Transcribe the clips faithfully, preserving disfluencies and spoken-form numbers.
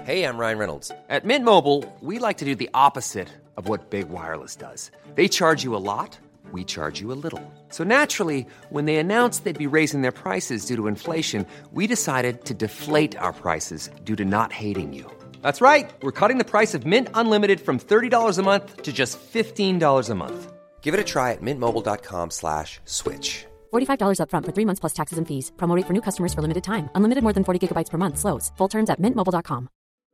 Hey, I'm Ryan Reynolds. At Mint Mobile, we like to do the opposite of what Big Wireless does. They charge you a lot, we charge you a little. So naturally, when they announced they'd be raising their prices due to inflation, we decided to deflate our prices due to not hating you. That's right. We're cutting the price of Mint Unlimited from thirty dollars a month to just fifteen dollars a month. Give it a try at mintmobile.com slash switch. forty-five dollars up front for three months plus taxes and fees. Promo rate for new customers for limited time. Unlimited more than forty gigabytes per month. Slows full terms at mint mobile dot com.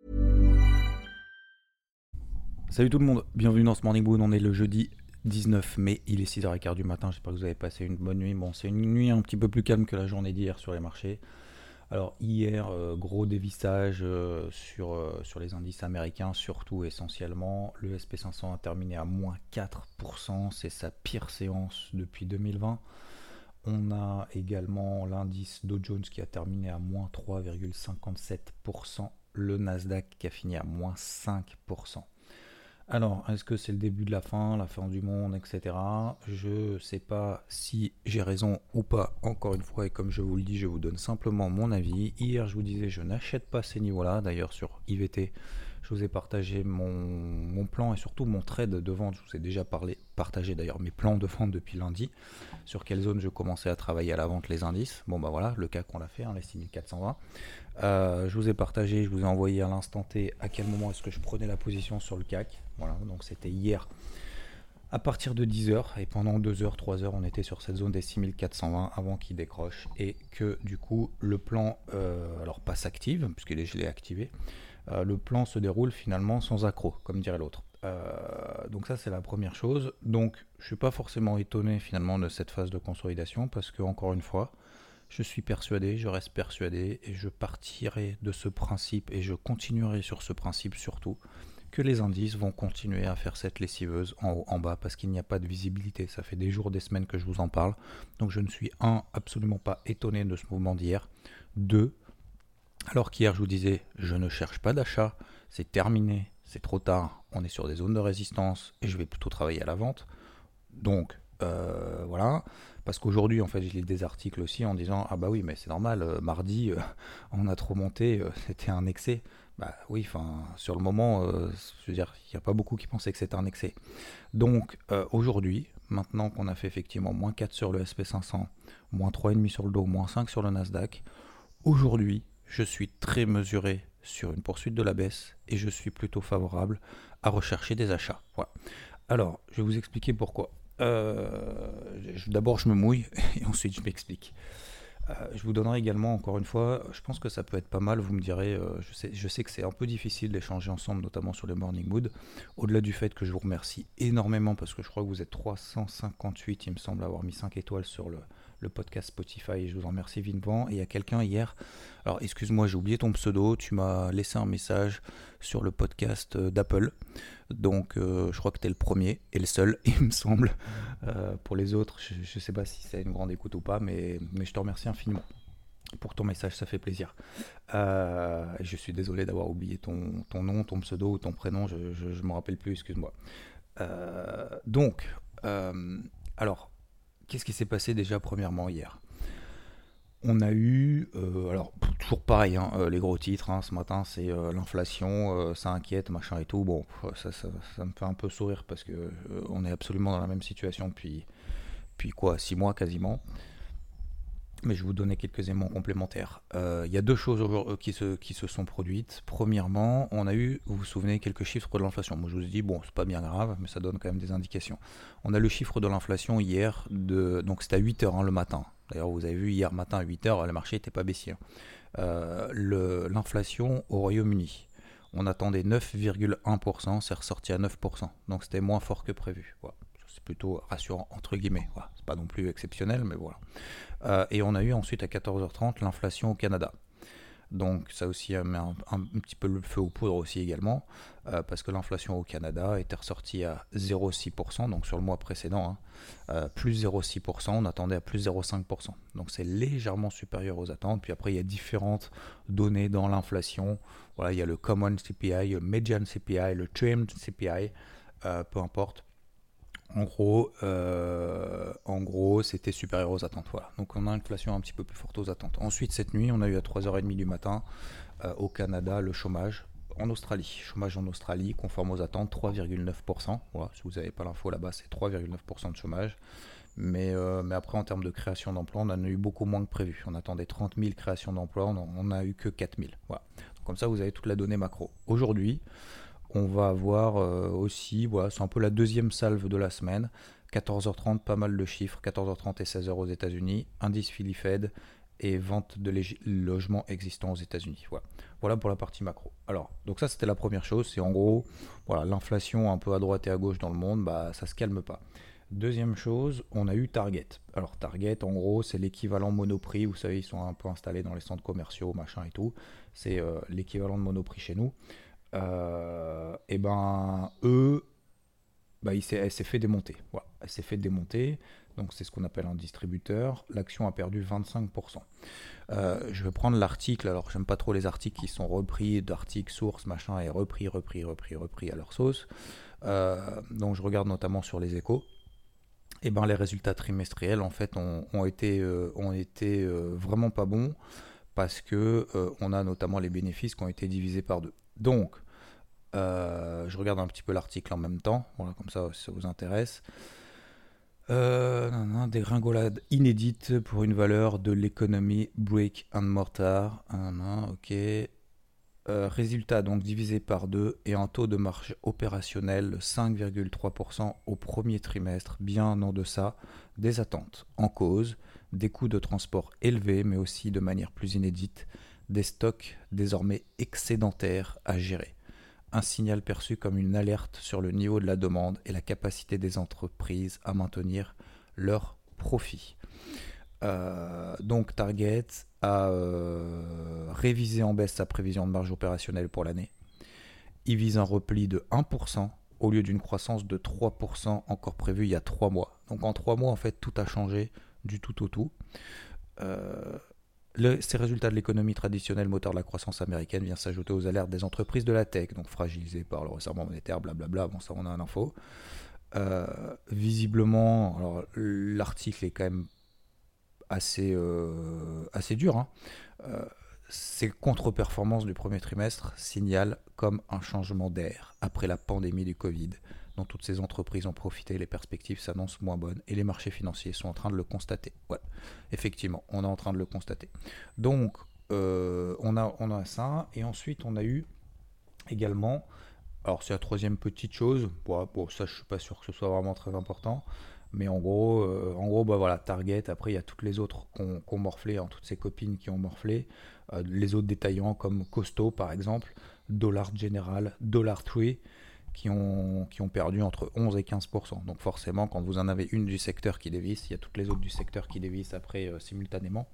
Salut tout le monde, bienvenue dans ce Morning Mood. On est le jeudi dix-neuf mai, il est six heures quinze du matin. J'espère que vous avez passé une bonne nuit. Bon, c'est une nuit un petit peu plus calme que la journée d'hier sur les marchés. Alors hier, euh, gros dévissage euh, sur, euh, sur les indices américains, surtout essentiellement. Le S P cinq cents a terminé à moins quatre pour cent, c'est sa pire séance depuis deux mille vingt. On a également l'indice Dow Jones qui a terminé à moins trois virgule cinquante-sept pour cent, le Nasdaq qui a fini à moins cinq pour cent. Alors, est-ce que c'est le début de la fin, la fin du monde, et cetera. Je ne sais pas si j'ai raison ou pas, encore une fois, et comme je vous le dis, je vous donne simplement mon avis. Hier, je vous disais, je n'achète pas ces niveaux-là. D'ailleurs, sur I V T, je vous ai partagé mon, mon plan et surtout mon trade de vente. Je vous ai déjà parlé, partagé d'ailleurs mes plans de vente depuis lundi. Sur quelle zone je commençais à travailler à la vente les indices. Bon, bah voilà, le cas qu'on l'a fait, hein, les six mille quatre cent vingt. Euh, je vous ai partagé, je vous ai envoyé à l'instant T à quel moment est-ce que je prenais la position sur le C A C. Voilà, donc c'était hier à partir de dix heures et pendant deux heures, trois heures, on était sur cette zone des six mille quatre cent vingt avant qu'il décroche et que du coup le plan, euh, alors pas s'active puisque je l'ai activé, euh, le plan se déroule finalement sans accroc, comme dirait l'autre. Euh, donc ça c'est la première chose. Donc je suis pas forcément étonné finalement de cette phase de consolidation parce que encore une fois, je suis persuadé, je reste persuadé et je partirai de ce principe et je continuerai sur ce principe surtout que les indices vont continuer à faire cette lessiveuse en haut, en bas parce qu'il n'y a pas de visibilité. Ça fait des jours, des semaines que je vous en parle. Donc je ne suis un, absolument pas étonné de ce mouvement d'hier. Deux, alors qu'hier je vous disais, je ne cherche pas d'achat, c'est terminé, c'est trop tard, on est sur des zones de résistance et je vais plutôt travailler à la vente. Donc euh, voilà. Parce qu'aujourd'hui, en fait, je lis des articles aussi en disant « Ah bah oui, mais c'est normal, euh, mardi, euh, on a trop monté, euh, c'était un excès. » Bah oui, enfin, sur le moment, euh, je veux dire, il n'y a pas beaucoup qui pensaient que c'était un excès. Donc euh, aujourd'hui, maintenant qu'on a fait effectivement moins quatre sur le S P cinq cents, moins trois virgule cinq sur le Dow, moins cinq sur le Nasdaq, aujourd'hui, je suis très mesuré sur une poursuite de la baisse et je suis plutôt favorable à rechercher des achats. Voilà. Alors, je vais vous expliquer pourquoi. Euh, je, d'abord je me mouille et ensuite je m'explique. Euh, je vous donnerai également encore une fois, je pense que ça peut être pas mal, vous me direz, euh, je, sais, je sais que c'est un peu difficile d'échanger ensemble, notamment sur le Morning Mood, au-delà du fait que je vous remercie énormément parce que je crois que vous êtes trois cent cinquante-huit, il me semble avoir mis cinq étoiles sur le, le podcast Spotify et je vous en remercie vivement. Et il y a quelqu'un hier, alors excuse-moi j'ai oublié ton pseudo, tu m'as laissé un message sur le podcast d'Apple. Donc euh, je crois que tu es le premier et le seul, il me semble. Euh, pour les autres, je ne sais pas si c'est une grande écoute ou pas, mais, mais je te remercie infiniment pour ton message, ça fait plaisir. Euh, je suis désolé d'avoir oublié ton, ton nom, ton pseudo ou ton prénom, je ne me rappelle plus, excuse-moi. Euh, donc, euh, alors, qu'est-ce qui s'est passé déjà premièrement hier ? On a eu, euh, alors toujours pareil, hein, euh, les gros titres, hein, ce matin c'est euh, l'inflation, euh, ça inquiète, machin et tout. Bon, ça, ça, ça me fait un peu sourire parce que euh, on est absolument dans la même situation depuis, depuis quoi, six mois quasiment. Mais je vais vous donner quelques éléments complémentaires. Il euh, y a deux choses qui se, qui se sont produites. Premièrement, on a eu, vous vous souvenez, quelques chiffres de l'inflation. Moi je vous ai dit, bon, c'est pas bien grave, mais ça donne quand même des indications. On a le chiffre de l'inflation hier, de, donc c'était à huit heures hein, le matin. D'ailleurs, vous avez vu hier matin à huit heures, le marché n'était pas baissier. Euh, le, l'inflation au Royaume-Uni, on attendait neuf virgule un pour cent, c'est ressorti à neuf pour cent. Donc c'était moins fort que prévu. Voilà. C'est plutôt rassurant, entre guillemets. Voilà. C'est pas non plus exceptionnel, mais voilà. Euh, et on a eu ensuite à quatorze heures trente l'inflation au Canada. Donc ça aussi met un, un, un petit peu le feu aux poudres aussi également, euh, parce que l'inflation au Canada était ressortie à zéro virgule six pour cent, donc sur le mois précédent, hein, euh, plus zéro virgule six pour cent, on attendait à plus zéro virgule cinq pour cent. Donc c'est légèrement supérieur aux attentes. Puis après il y a différentes données dans l'inflation. Voilà, il y a le Common C P I, le Median C P I, le Trimmed C P I, euh, peu importe. En gros, euh, en gros, c'était supérieur aux attentes. Voilà. Donc on a une inflation un petit peu plus forte aux attentes. Ensuite, cette nuit, on a eu à trois heures trente du matin euh, au Canada le chômage. en Australie. Chômage en Australie, conforme aux attentes, trois virgule neuf pour cent. Voilà, si vous n'avez pas l'info là-bas, c'est trois virgule neuf pour cent de chômage. Mais, euh, mais après, en termes de création d'emplois, on en a eu beaucoup moins que prévu. On attendait trente mille créations d'emplois, on n'a eu que quatre mille. Voilà. Donc, comme ça, vous avez toute la donnée macro. Aujourd'hui, on va avoir euh, aussi, voilà, c'est un peu la deuxième salve de la semaine. quatorze heures trente, pas mal de chiffres. quatorze heures trente et seize heures aux États-Unis. Indice Philly Fed et vente de lég- logements existants aux États-Unis. Voilà. Voilà pour la partie macro. Alors, donc ça, c'était la première chose. C'est en gros, voilà, l'inflation un peu à droite et à gauche dans le monde, bah, ça se calme pas. Deuxième chose, on a eu Target. Alors Target, en gros, c'est l'équivalent Monoprix. Vous savez, ils sont un peu installés dans les centres commerciaux, machin et tout. C'est euh, l'équivalent de Monoprix chez nous. Euh, et ben, eux, bah, il s'est, elle s'est fait démonter. Voilà, elle s'est fait démonter. Donc c'est ce qu'on appelle un distributeur. L'action a perdu vingt-cinq pour cent. Euh, je vais prendre l'article. Alors j'aime pas trop les articles qui sont repris d'articles sources, machin, et repris, repris, repris, repris à leur sauce. Euh, donc je regarde notamment sur les Échos. Et ben les résultats trimestriels en fait ont, ont été, euh, ont été euh, vraiment pas bons parce que euh, on a notamment les bénéfices qui ont été divisés par deux. Donc euh, je regarde un petit peu l'article en même temps, voilà, comme ça si ça vous intéresse. Euh, nan, nan, des ringolades inédites pour une valeur de l'économie brick and mortar. Nan, nan, ok. Euh, résultat donc divisé par deux et un taux de marge opérationnel de cinq virgule trois pour cent au premier trimestre, bien en deçà des attentes. En cause, des coûts de transport élevés, mais aussi de manière plus inédite, des stocks désormais excédentaires à gérer. Un signal perçu comme une alerte sur le niveau de la demande et la capacité des entreprises à maintenir leurs profits. Euh, donc Target a euh, révisé en baisse sa prévision de marge opérationnelle pour l'année. Il vise un repli de un pour cent au lieu d'une croissance de trois pour cent encore prévue il y a trois mois. Donc en trois mois, en fait, tout a changé du tout au tout. Euh, le, ces résultats de l'économie traditionnelle, moteur de la croissance américaine, vient s'ajouter aux alertes des entreprises de la tech, donc fragilisées par le resserrement monétaire, blablabla. Bon, ça, on a un info. Euh, visiblement, alors, l'article est quand même assez, euh, assez dur. Hein. Euh, ces contre-performances du premier trimestre signalent comme un changement d'air après la pandémie du Covid, dont toutes ces entreprises ont profité. Les perspectives s'annoncent moins bonnes et les marchés financiers sont en train de le constater. Ouais, effectivement, on est en train de le constater. Donc, euh, on, a, on a ça. Et ensuite, on a eu également, alors c'est la troisième petite chose, bon, bon ça je suis pas sûr que ce soit vraiment très important, mais en gros, euh, en gros bah voilà, Target, après il y a toutes les autres qui ont, qui ont morflé, hein, toutes ces copines qui ont morflé, euh, les autres détaillants comme Costco par exemple, Dollar General, Dollar Tree, qui ont, qui ont perdu entre onze et quinze pour cent. Donc forcément, quand vous en avez une du secteur qui dévisse, il y a toutes les autres du secteur qui dévissent après euh, simultanément.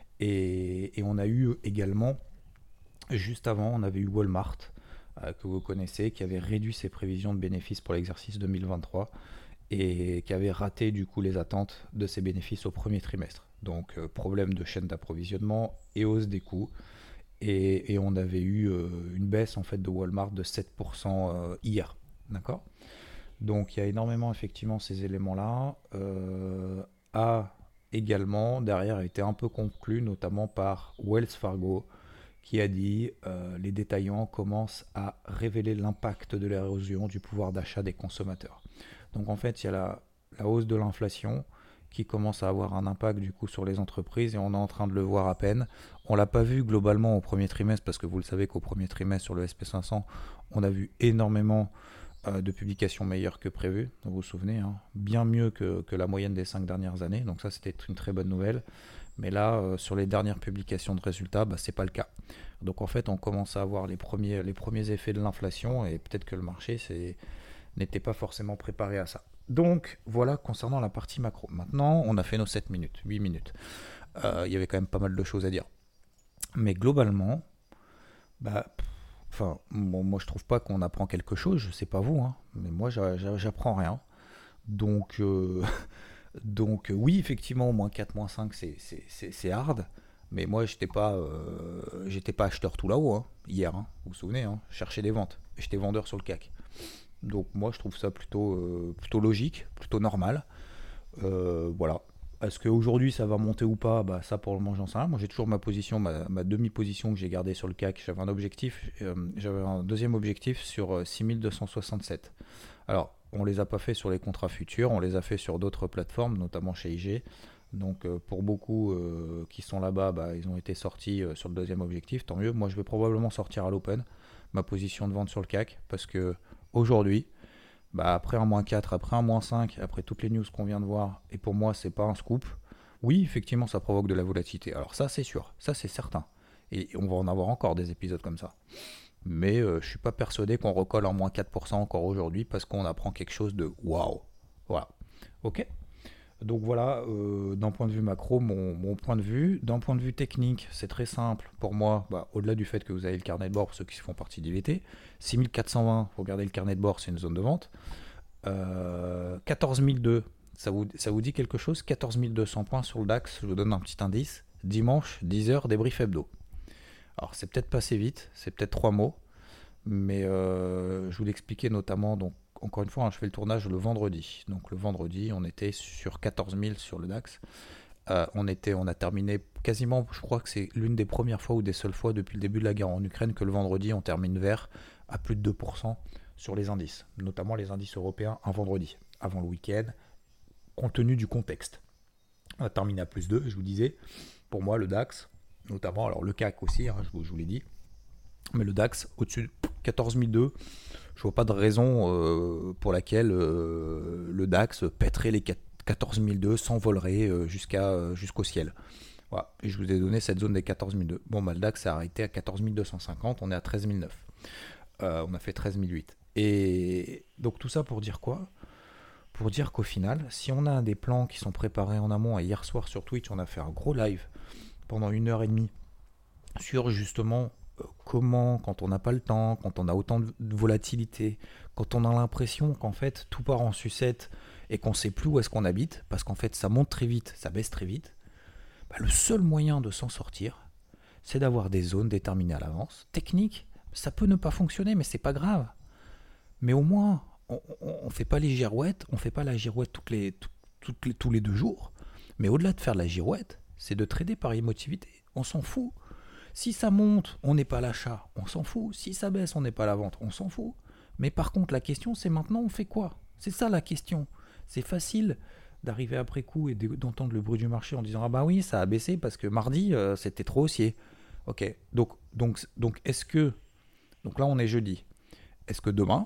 Et, et on a eu également, juste avant, on avait eu Walmart, euh, que vous connaissez, qui avait réduit ses prévisions de bénéfices pour l'exercice deux mille vingt-trois et qui avait raté du coup les attentes de ses bénéfices au premier trimestre. Donc euh, problème de chaîne d'approvisionnement et hausse des coûts. Et, et on avait eu euh, une baisse en fait de Walmart de sept pour cent euh, hier. D'accord ? Donc il y a énormément effectivement ces éléments-là. Euh, a également derrière été un peu conclu notamment par Wells Fargo, qui a dit euh, les détaillants commencent à révéler l'impact de l'érosion du pouvoir d'achat des consommateurs. Donc en fait, il y a la, la hausse de l'inflation qui commence à avoir un impact du coup sur les entreprises et on est en train de le voir à peine. On ne l'a pas vu globalement au premier trimestre parce que vous le savez qu'au premier trimestre sur le S and P cinq cents, on a vu énormément euh, de publications meilleures que prévu. Donc vous vous souvenez, hein, bien mieux que, que la moyenne des cinq dernières années. Donc ça, c'était une très bonne nouvelle. Mais là, euh, sur les dernières publications de résultats, bah, ce n'est pas le cas. Donc en fait, on commence à avoir les premiers, les premiers effets de l'inflation et peut-être que le marché c'est, n'était pas forcément préparé à ça. Donc voilà concernant la partie macro. Maintenant, on a fait nos sept minutes, huit minutes. Euh, il y avait quand même pas mal de choses à dire. Mais globalement, bah, enfin, bon, moi je trouve pas qu'on apprend quelque chose, je sais pas vous, hein, mais moi j'a, j'a, j'apprends rien. Donc, euh, donc oui, effectivement, moins quatre, moins cinq, c'est, c'est, c'est, c'est hard. Mais moi, j'étais pas, euh, j'étais pas acheteur tout là-haut, hein, hier, hein, vous vous souvenez, hein, je cherchais des ventes. J'étais vendeur sur le C A C. Donc moi, je trouve ça plutôt, euh, plutôt logique, plutôt normal. Euh, voilà. Est-ce qu'aujourd'hui ça va monter ou pas? Bah, ça pour le moment j'en sais rien. Moi j'ai toujours ma position, ma, ma demi-position que j'ai gardée sur le C A C. J'avais un objectif, euh, j'avais un deuxième objectif sur euh, six mille deux cent soixante-sept. Alors on les a pas fait sur les contrats futurs, on les a fait sur d'autres plateformes, notamment chez I G. Donc euh, pour beaucoup euh, qui sont là-bas, bah, ils ont été sortis euh, sur le deuxième objectif, tant mieux. Moi je vais probablement sortir à l'open ma position de vente sur le C A C parce que aujourd'hui, bah, après un moins quatre, après un moins cinq, après toutes les news qu'on vient de voir, et pour moi, c'est pas un scoop. Oui, effectivement, ça provoque de la volatilité. Alors ça, c'est sûr, ça, c'est certain. Et on va en avoir encore des épisodes comme ça. Mais euh, je suis pas persuadé qu'on recolle en moins quatre pour cent encore aujourd'hui parce qu'on apprend quelque chose de waouh. Voilà. Ok. Donc voilà, euh, d'un point de vue macro, mon, mon point de vue. D'un point de vue technique, c'est très simple pour moi, bah, au-delà du fait que vous avez le carnet de bord pour ceux qui font partie d'I V T. six mille quatre cent vingt, vous regardez le carnet de bord, c'est une zone de vente. Euh, quatorze mille deux, ça vous, ça vous dit quelque chose? quatorze mille deux cents points sur le DAX, je vous donne un petit indice. Dimanche, dix heures, débrief hebdo. Alors c'est peut-être passé vite, c'est peut-être trois mots, mais euh, je vous l'expliquais notamment, donc encore une fois, hein, je fais le tournage le vendredi. Donc le vendredi, on était sur quatorze mille sur le DAX. Euh, on, était, on a terminé quasiment, je crois que c'est l'une des premières fois ou des seules fois depuis le début de la guerre en Ukraine que le vendredi, on termine vert à plus de deux pour cent sur les indices, notamment les indices européens un vendredi, avant le week-end, compte tenu du contexte. On a terminé à plus deux, je vous disais, pour moi le DAX, notamment, alors le C A C aussi, hein, je, vous, je vous l'ai dit, mais le DAX au-dessus de quatorze mille deux, je vois pas de raison euh, pour laquelle euh, le DAX pèterait les quatorze mille deux, s'envolerait euh, jusqu'à, euh, jusqu'au ciel. Voilà. Et je vous ai donné cette zone des quatorze mille deux. Bon, bah, le DAX s'est arrêté à quatorze mille deux cent cinquante, on est à treize mille neuf. Euh, on a fait treize mille huit. Et donc tout ça pour dire quoi? Pour dire qu'au final, si on a des plans qui sont préparés en amont, et hier soir sur Twitch, on a fait un gros live pendant une heure et demie sur justement comment, quand on n'a pas le temps, quand on a autant de volatilité, quand on a l'impression qu'en fait tout part en sucette et qu'on ne sait plus où est-ce qu'on habite, parce qu'en fait ça monte très vite, ça baisse très vite, bah, le seul moyen de s'en sortir, c'est d'avoir des zones déterminées à l'avance. Technique, ça peut ne pas fonctionner, mais c'est pas grave. Mais au moins, on ne fait pas les girouettes, on ne fait pas la girouette toutes les, tout, toutes les, tous les deux jours. Mais au-delà de faire la girouette, c'est de trader par émotivité. On s'en fout. Si ça monte, on n'est pas à l'achat, on s'en fout. Si ça baisse, on n'est pas à la vente, on s'en fout. Mais par contre, la question, c'est maintenant, on fait quoi? C'est ça la question. C'est facile d'arriver après coup et d'entendre le bruit du marché en disant « Ah bah oui, ça a baissé parce que mardi, euh, c'était trop haussier. » Ok, donc, donc, donc est-ce que... Donc là, on est jeudi. Est-ce que demain,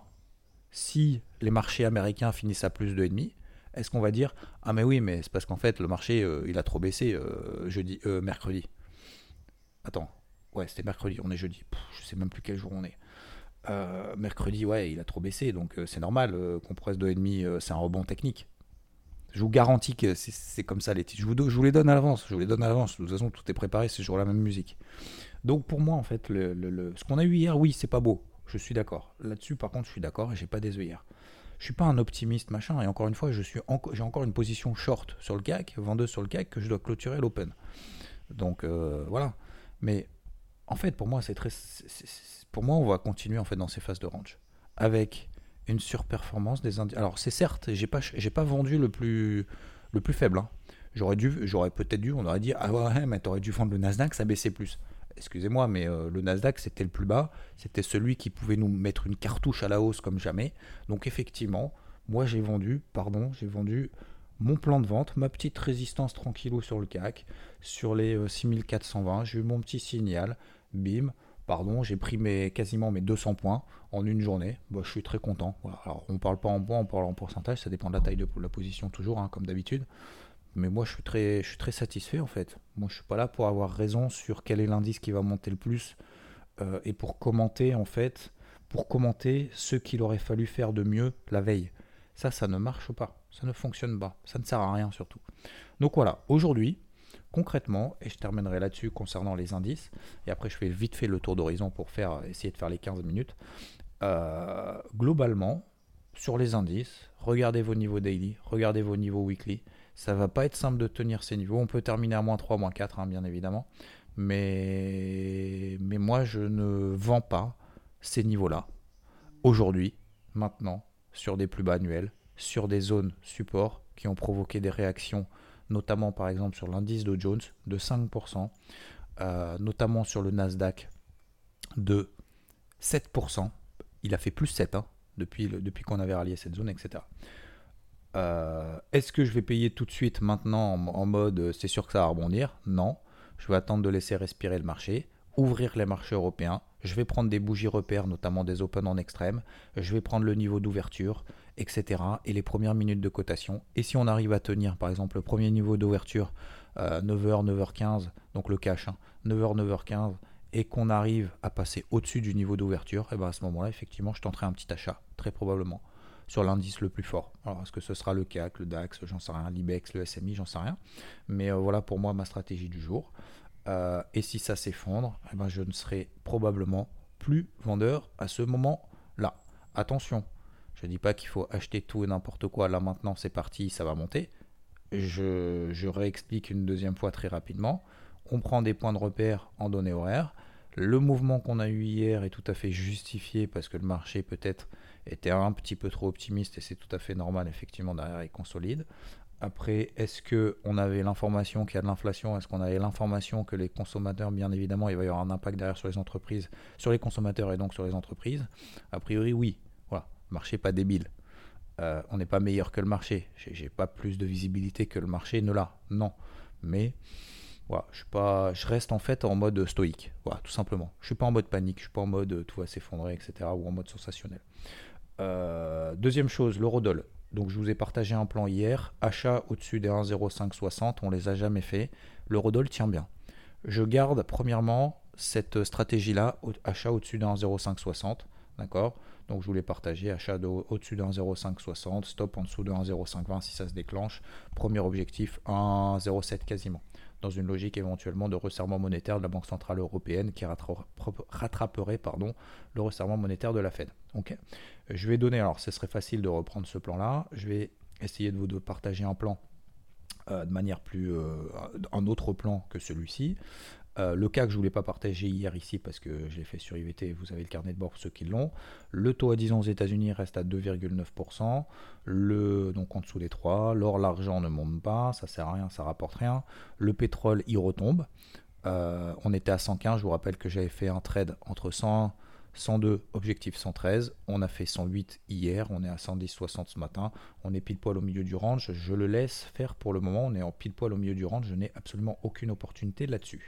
si les marchés américains finissent à plus deux virgule cinq, est-ce qu'on va dire « Ah mais oui, mais c'est parce qu'en fait, le marché, euh, il a trop baissé euh, jeudi, euh, mercredi. » Attends, ouais, c'était mercredi, on est jeudi. Pff, je sais même plus quel jour on est. Euh, mercredi, ouais, il a trop baissé, donc euh, c'est normal euh, qu'on presse deux virgule cinq, euh, c'est un rebond technique. Je vous garantis que c'est, c'est comme ça les titres. Je vous, je vous les donne à l'avance, je vous les donne à l'avance. De toute façon, tout est préparé, c'est toujours la même musique. Donc pour moi, en fait, le, le, le, ce qu'on a eu hier, oui, c'est pas beau. Je suis d'accord. Là-dessus, par contre, je suis d'accord et j'ai pas des œillères. hier. Je suis pas un optimiste, machin, et encore une fois, je suis en, j'ai encore une position short sur le C A C, vendeuse sur le C A C, que je dois clôturer à l'open. Donc euh, voilà. Mais en fait, pour moi, c'est très, c'est, c'est, pour moi, on va continuer en fait dans ces phases de range avec une surperformance des indices. Alors c'est certes, j'ai pas, j'ai pas vendu le plus, le plus faible. Hein. J'aurais dû, j'aurais peut-être dû, on aurait dit ah ouais, mais t'aurais dû vendre le Nasdaq, ça baissait plus. Excusez-moi, mais euh, le Nasdaq c'était le plus bas, c'était celui qui pouvait nous mettre une cartouche à la hausse comme jamais. Donc effectivement, moi j'ai vendu, pardon, j'ai vendu mon plan de vente, ma petite résistance tranquillou sur le C A C, sur les euh, six mille quatre cent vingt, j'ai eu mon petit signal, bim, pardon, j'ai pris mes, quasiment mes deux cents points en une journée, bah, je suis très content. Voilà. Alors on ne parle pas en points, on parle en pourcentage, ça dépend de la taille de la position toujours, hein, comme d'habitude. Mais moi je suis, très, je suis très satisfait en fait. Moi je suis pas là pour avoir raison sur quel est l'indice qui va monter le plus euh, et pour commenter en fait, pour commenter ce qu'il aurait fallu faire de mieux la veille. Ça, ça ne marche pas, ça ne fonctionne pas, ça ne sert à rien surtout. Donc voilà, aujourd'hui, concrètement, et je terminerai là-dessus concernant les indices, et après je fais vite fait le tour d'horizon pour faire, essayer de faire les quinze minutes. Euh, globalement, sur les indices, regardez vos niveaux daily, regardez vos niveaux weekly. Ça va pas être simple de tenir ces niveaux. On peut terminer à moins trois, moins quatre, hein, bien évidemment. Mais, mais moi, je ne vends pas ces niveaux-là. Aujourd'hui, maintenant, sur des plus bas annuels, sur des zones support qui ont provoqué des réactions notamment par exemple sur l'indice Dow Jones de cinq pour cent, euh, notamment sur le Nasdaq de sept pour cent. Il a fait plus sept hein, depuis, le, depuis qu'on avait rallié cette zone, et cetera. Euh, est-ce que je vais payer tout de suite maintenant en, en mode c'est sûr que ça va rebondir? Non, je vais attendre de laisser respirer le marché, ouvrir les marchés européens, je vais prendre des bougies repères, notamment des open en extrême, je vais prendre le niveau d'ouverture, et cetera. Et les premières minutes de cotation. Et si on arrive à tenir par exemple le premier niveau d'ouverture euh, neuf heures, neuf heures quinze, donc le cash, hein, neuf heures, neuf heures quinze, et qu'on arrive à passer au-dessus du niveau d'ouverture, et ben à ce moment-là, effectivement, je tenterai un petit achat, très probablement, sur l'indice le plus fort. Alors, est-ce que ce sera le C A C, le DAX, j'en sais rien, l'I B E X, le S M I, j'en sais rien. Mais euh, voilà pour moi ma stratégie du jour. Euh, et si ça s'effondre, eh ben, je ne serai probablement plus vendeur à ce moment-là. Attention, je ne dis pas qu'il faut acheter tout et n'importe quoi. Là maintenant, c'est parti, ça va monter. Je, je réexplique une deuxième fois très rapidement. On prend des points de repère en données horaires. Le mouvement qu'on a eu hier est tout à fait justifié parce que le marché peut-être était un petit peu trop optimiste et c'est tout à fait normal, effectivement, derrière il consolide. Après, est-ce qu'on avait l'information qu'il y a de l'inflation? Est-ce qu'on avait l'information que les consommateurs, bien évidemment, il va y avoir un impact derrière sur les entreprises, sur les consommateurs et donc sur les entreprises? A priori, oui. Voilà, marché pas débile. Euh, on n'est pas meilleur que le marché. J'ai, j'ai pas plus de visibilité que le marché ne l'a. Non. Mais voilà, je, suis pas, je reste en fait en mode stoïque. Voilà, tout simplement. Je suis pas en mode panique. Je suis pas en mode tout va s'effondrer, et cetera. Ou en mode sensationnel. Euh, deuxième chose, l'eurodoll. Donc je vous ai partagé un plan hier, achat au-dessus des un virgule zéro cinq soixante, on ne les a jamais fait. L'eurodoll tient bien. Je garde premièrement cette stratégie-là, achat au-dessus d'un un virgule zéro cinq soixante, d'accord? Donc je vous l'ai partagé, achat de, au-dessus d'un un virgule zéro cinq soixante, stop en dessous de un virgule zéro cinq vingt si ça se déclenche. Premier objectif, un virgule zéro sept quasiment. Dans une logique éventuellement de resserrement monétaire de la Banque Centrale Européenne qui rattraperait pardon, le resserrement monétaire de la Fed. Okay. Je vais donner, alors ce serait facile de reprendre ce plan-là, je vais essayer de vous de partager un plan euh, de manière plus, euh, un autre plan que celui-ci. Euh, le cas que je ne voulais pas partager hier ici parce que je l'ai fait sur I V T, vous avez le carnet de bord pour ceux qui l'ont. Le taux à dix ans aux États-Unis reste à deux virgule neuf pour cent, le, donc en dessous des trois. L'or, l'argent ne monte pas, ça ne sert à rien, ça ne rapporte rien. Le pétrole, il retombe. Euh, on était à cent quinze, je vous rappelle que j'avais fait un trade entre cent, cent deux, objectif cent treize. On a fait cent huit hier, on est à cent dix virgule soixante ce matin. On est pile poil au milieu du range. Je le laisse faire pour le moment. On est en pile poil au milieu du range. Je n'ai absolument aucune opportunité là-dessus.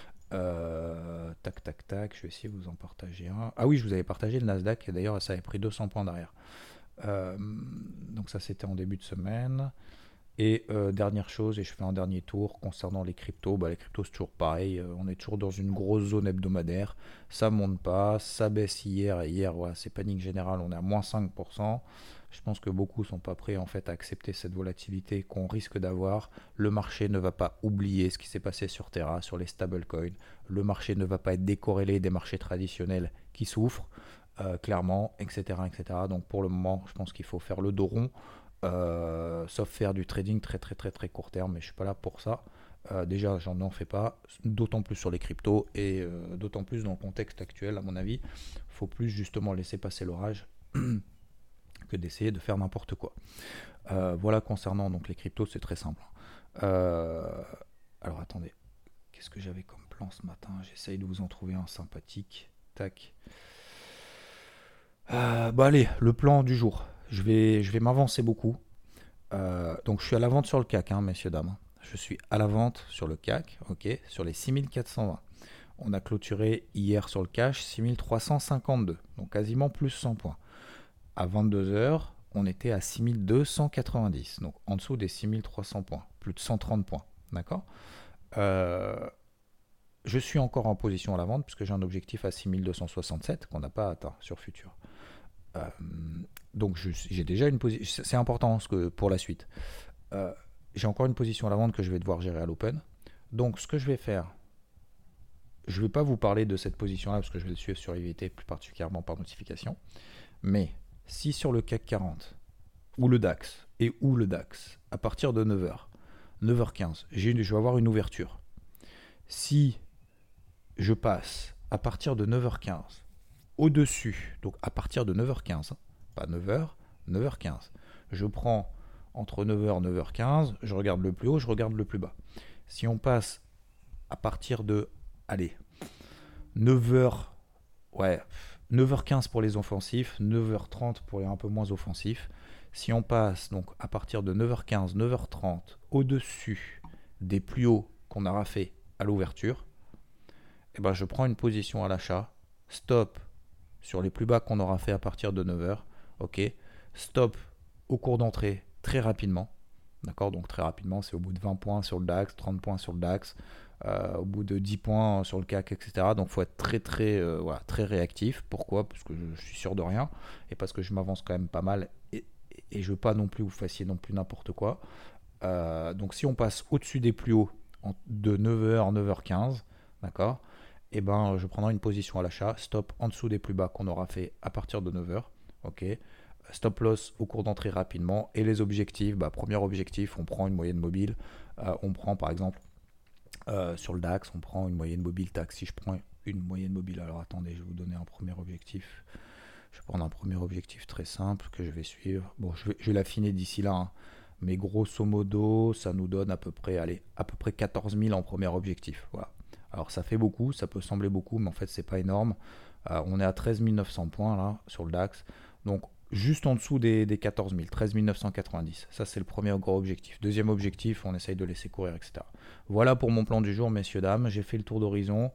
Euh, tac, tac, tac. Je vais essayer de vous en partager un. Ah oui, je vous avais partagé le Nasdaq. Et d'ailleurs, ça avait pris deux cents points derrière. Euh, donc ça, c'était en début de semaine. Et euh, dernière chose, et je fais un dernier tour concernant les cryptos. Bah, les cryptos, c'est toujours pareil. Euh, on est toujours dans une grosse zone hebdomadaire. Ça monte pas, ça baisse hier. Et hier, voilà, c'est panique générale. On est à moins cinq pour cent. Je pense que beaucoup ne sont pas prêts en fait, à accepter cette volatilité qu'on risque d'avoir. Le marché ne va pas oublier ce qui s'est passé sur Terra, sur les stablecoins. Le marché ne va pas être décorrélé des marchés traditionnels qui souffrent, euh, clairement, et cetera, et cetera. Donc pour le moment, je pense qu'il faut faire le dos rond. Euh, sauf faire du trading très très très très court terme, mais je suis pas là pour ça. Euh, déjà, j'en n'en fais pas, d'autant plus sur les cryptos et euh, d'autant plus dans le contexte actuel, à mon avis. Il faut plus justement laisser passer l'orage que d'essayer de faire n'importe quoi. Euh, voilà concernant donc les cryptos, c'est très simple. Euh, alors attendez, qu'est-ce que j'avais comme plan ce matin? J'essaye de vous en trouver un sympathique. Tac. Euh, bah allez, le plan du jour. Je vais, je vais m'avancer beaucoup. Euh, donc je suis à la vente sur le C A C, hein, messieurs, dames. Je suis à la vente sur le C A C, ok, sur les six mille quatre cent vingt. On a clôturé hier sur le cash six mille trois cent cinquante-deux, donc quasiment plus cent points. À vingt-deux heures, on était à six mille deux cent quatre-vingt-dix, donc en dessous des six mille trois cents points, plus de cent trente points, d'accord. euh, Je suis encore en position à la vente puisque j'ai un objectif à six mille deux cent soixante-sept qu'on n'a pas atteint sur Futur. Euh, donc je, j'ai déjà une position, c'est important ce que, pour la suite. Euh, j'ai encore une position à la vente que je vais devoir gérer à l'open. Donc ce que je vais faire, je ne vais pas vous parler de cette position-là parce que je vais le suivre sur I V T plus particulièrement par notification. Mais si sur le C A C quarante ou le DAX et ou le DAX, à partir de neuf heures, neuf heures quinze, j'ai une, je vais avoir une ouverture. Si je passe à partir de neuf heures quinze au-dessus, donc à partir de neuf heures quinze, pas neuf heures, neuf heures quinze, je prends entre neuf heures et neuf heures quinze, je regarde le plus haut, je regarde le plus bas. Si on passe à partir de, allez, neuf heures, ouais, neuf heures quinze pour les offensifs, neuf heures trente pour les un peu moins offensifs. Si on passe donc à partir de neuf heures quinze, neuf heures trente, au-dessus des plus hauts qu'on aura fait à l'ouverture, eh ben je prends une position à l'achat, stop sur les plus bas qu'on aura fait à partir de neuf heures, ok, stop au cours d'entrée très rapidement, d'accord, donc très rapidement, c'est au bout de vingt points sur le DAX, trente points sur le DAX, euh, au bout de dix points sur le C A C, et cetera. Donc il faut être très très, euh, voilà, très réactif. Pourquoi ? Parce que je, je suis sûr de rien et parce que je m'avance quand même pas mal et, et je veux pas non plus vous fassiez non plus n'importe quoi. Euh, donc si on passe au-dessus des plus hauts en, de neuf heures, neuf heures quinze, d'accord, et ben je prendrai une position à l'achat, stop en dessous des plus bas qu'on aura fait à partir de neuf heures, ok. Stop loss au cours d'entrée rapidement. Et les objectifs, bah, premier objectif, on prend une moyenne mobile. Euh, on prend par exemple euh, sur le DAX, on prend une moyenne mobile T A X. Si je prends une moyenne mobile, alors attendez, je vais vous donner un premier objectif. Je vais prendre un premier objectif très simple que je vais suivre. Bon, je vais, je vais l'affiner d'ici là, hein. Mais grosso modo, ça nous donne à peu près, allez, à peu près quatorze mille en premier objectif. Voilà. Alors ça fait beaucoup, ça peut sembler beaucoup, mais en fait c'est pas énorme. Euh, on est à treize mille neuf cents points là sur le DAX. Donc juste en dessous des, des quatorze mille, treize mille neuf cent quatre-vingt-dix. Ça, c'est le premier gros objectif. Deuxième objectif, on essaye de laisser courir, et cetera. Voilà pour mon plan du jour, messieurs, dames. J'ai fait le tour d'horizon.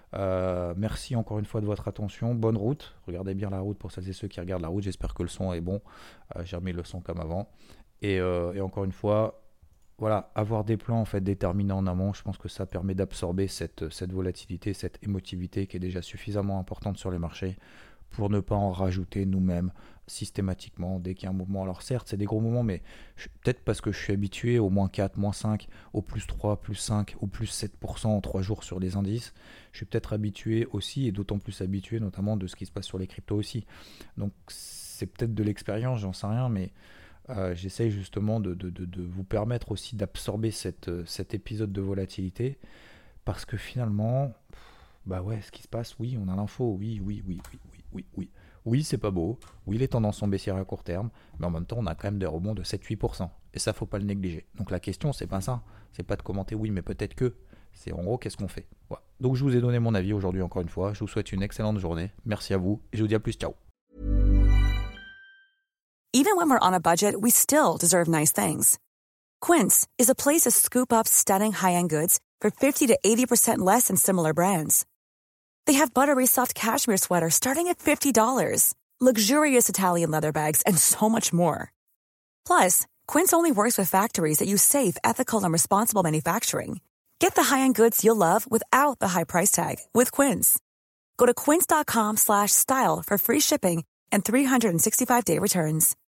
Euh, merci encore une fois de votre attention. Bonne route. Regardez bien la route pour celles et ceux qui regardent la route. J'espère que le son est bon. Euh, j'ai remis le son comme avant. Et, euh, et encore une fois, voilà, avoir des plans en fait déterminés en amont, je pense que ça permet d'absorber cette, cette volatilité, cette émotivité qui est déjà suffisamment importante sur les marchés, pour ne pas en rajouter nous-mêmes systématiquement dès qu'il y a un mouvement. Alors certes, c'est des gros mouvements, mais je, peut-être parce que je suis habitué au moins quatre, moins cinq, au plus trois, plus cinq, au plus sept pour cent en trois jours sur les indices. Je suis peut-être habitué aussi, et d'autant plus habitué notamment de ce qui se passe sur les cryptos aussi. Donc c'est peut-être de l'expérience, j'en sais rien, mais euh, j'essaye justement de, de, de, de vous permettre aussi d'absorber cette, cet épisode de volatilité, parce que finalement, bah ouais, ce qui se passe, oui, on a l'info, oui, oui, oui, oui, oui, oui, oui. Oui, c'est pas beau, oui, les tendances sont baissières à court terme, mais en même temps, on a quand même des rebonds de sept à huit pour cent. Et ça, faut pas le négliger. Donc la question, c'est pas ça. C'est pas de commenter oui, mais peut-être que. C'est en gros, qu'est-ce qu'on fait. Voilà. Donc je vous ai donné mon avis aujourd'hui encore une fois. Je vous souhaite une excellente journée. Merci à vous et je vous dis à plus. Ciao. Even when we're on a budget, we still deserve nice things. Quince is a place to scoop up stunning high-end goods for fifty to eighty percent less than similar brands. They have buttery soft cashmere sweaters starting at fifty dollars, luxurious Italian leather bags, and so much more. Plus, Quince only works with factories that use safe, ethical, and responsible manufacturing. Get the high-end goods you'll love without the high price tag with Quince. Go to quince dot com slash style for free shipping and three sixty-five day returns.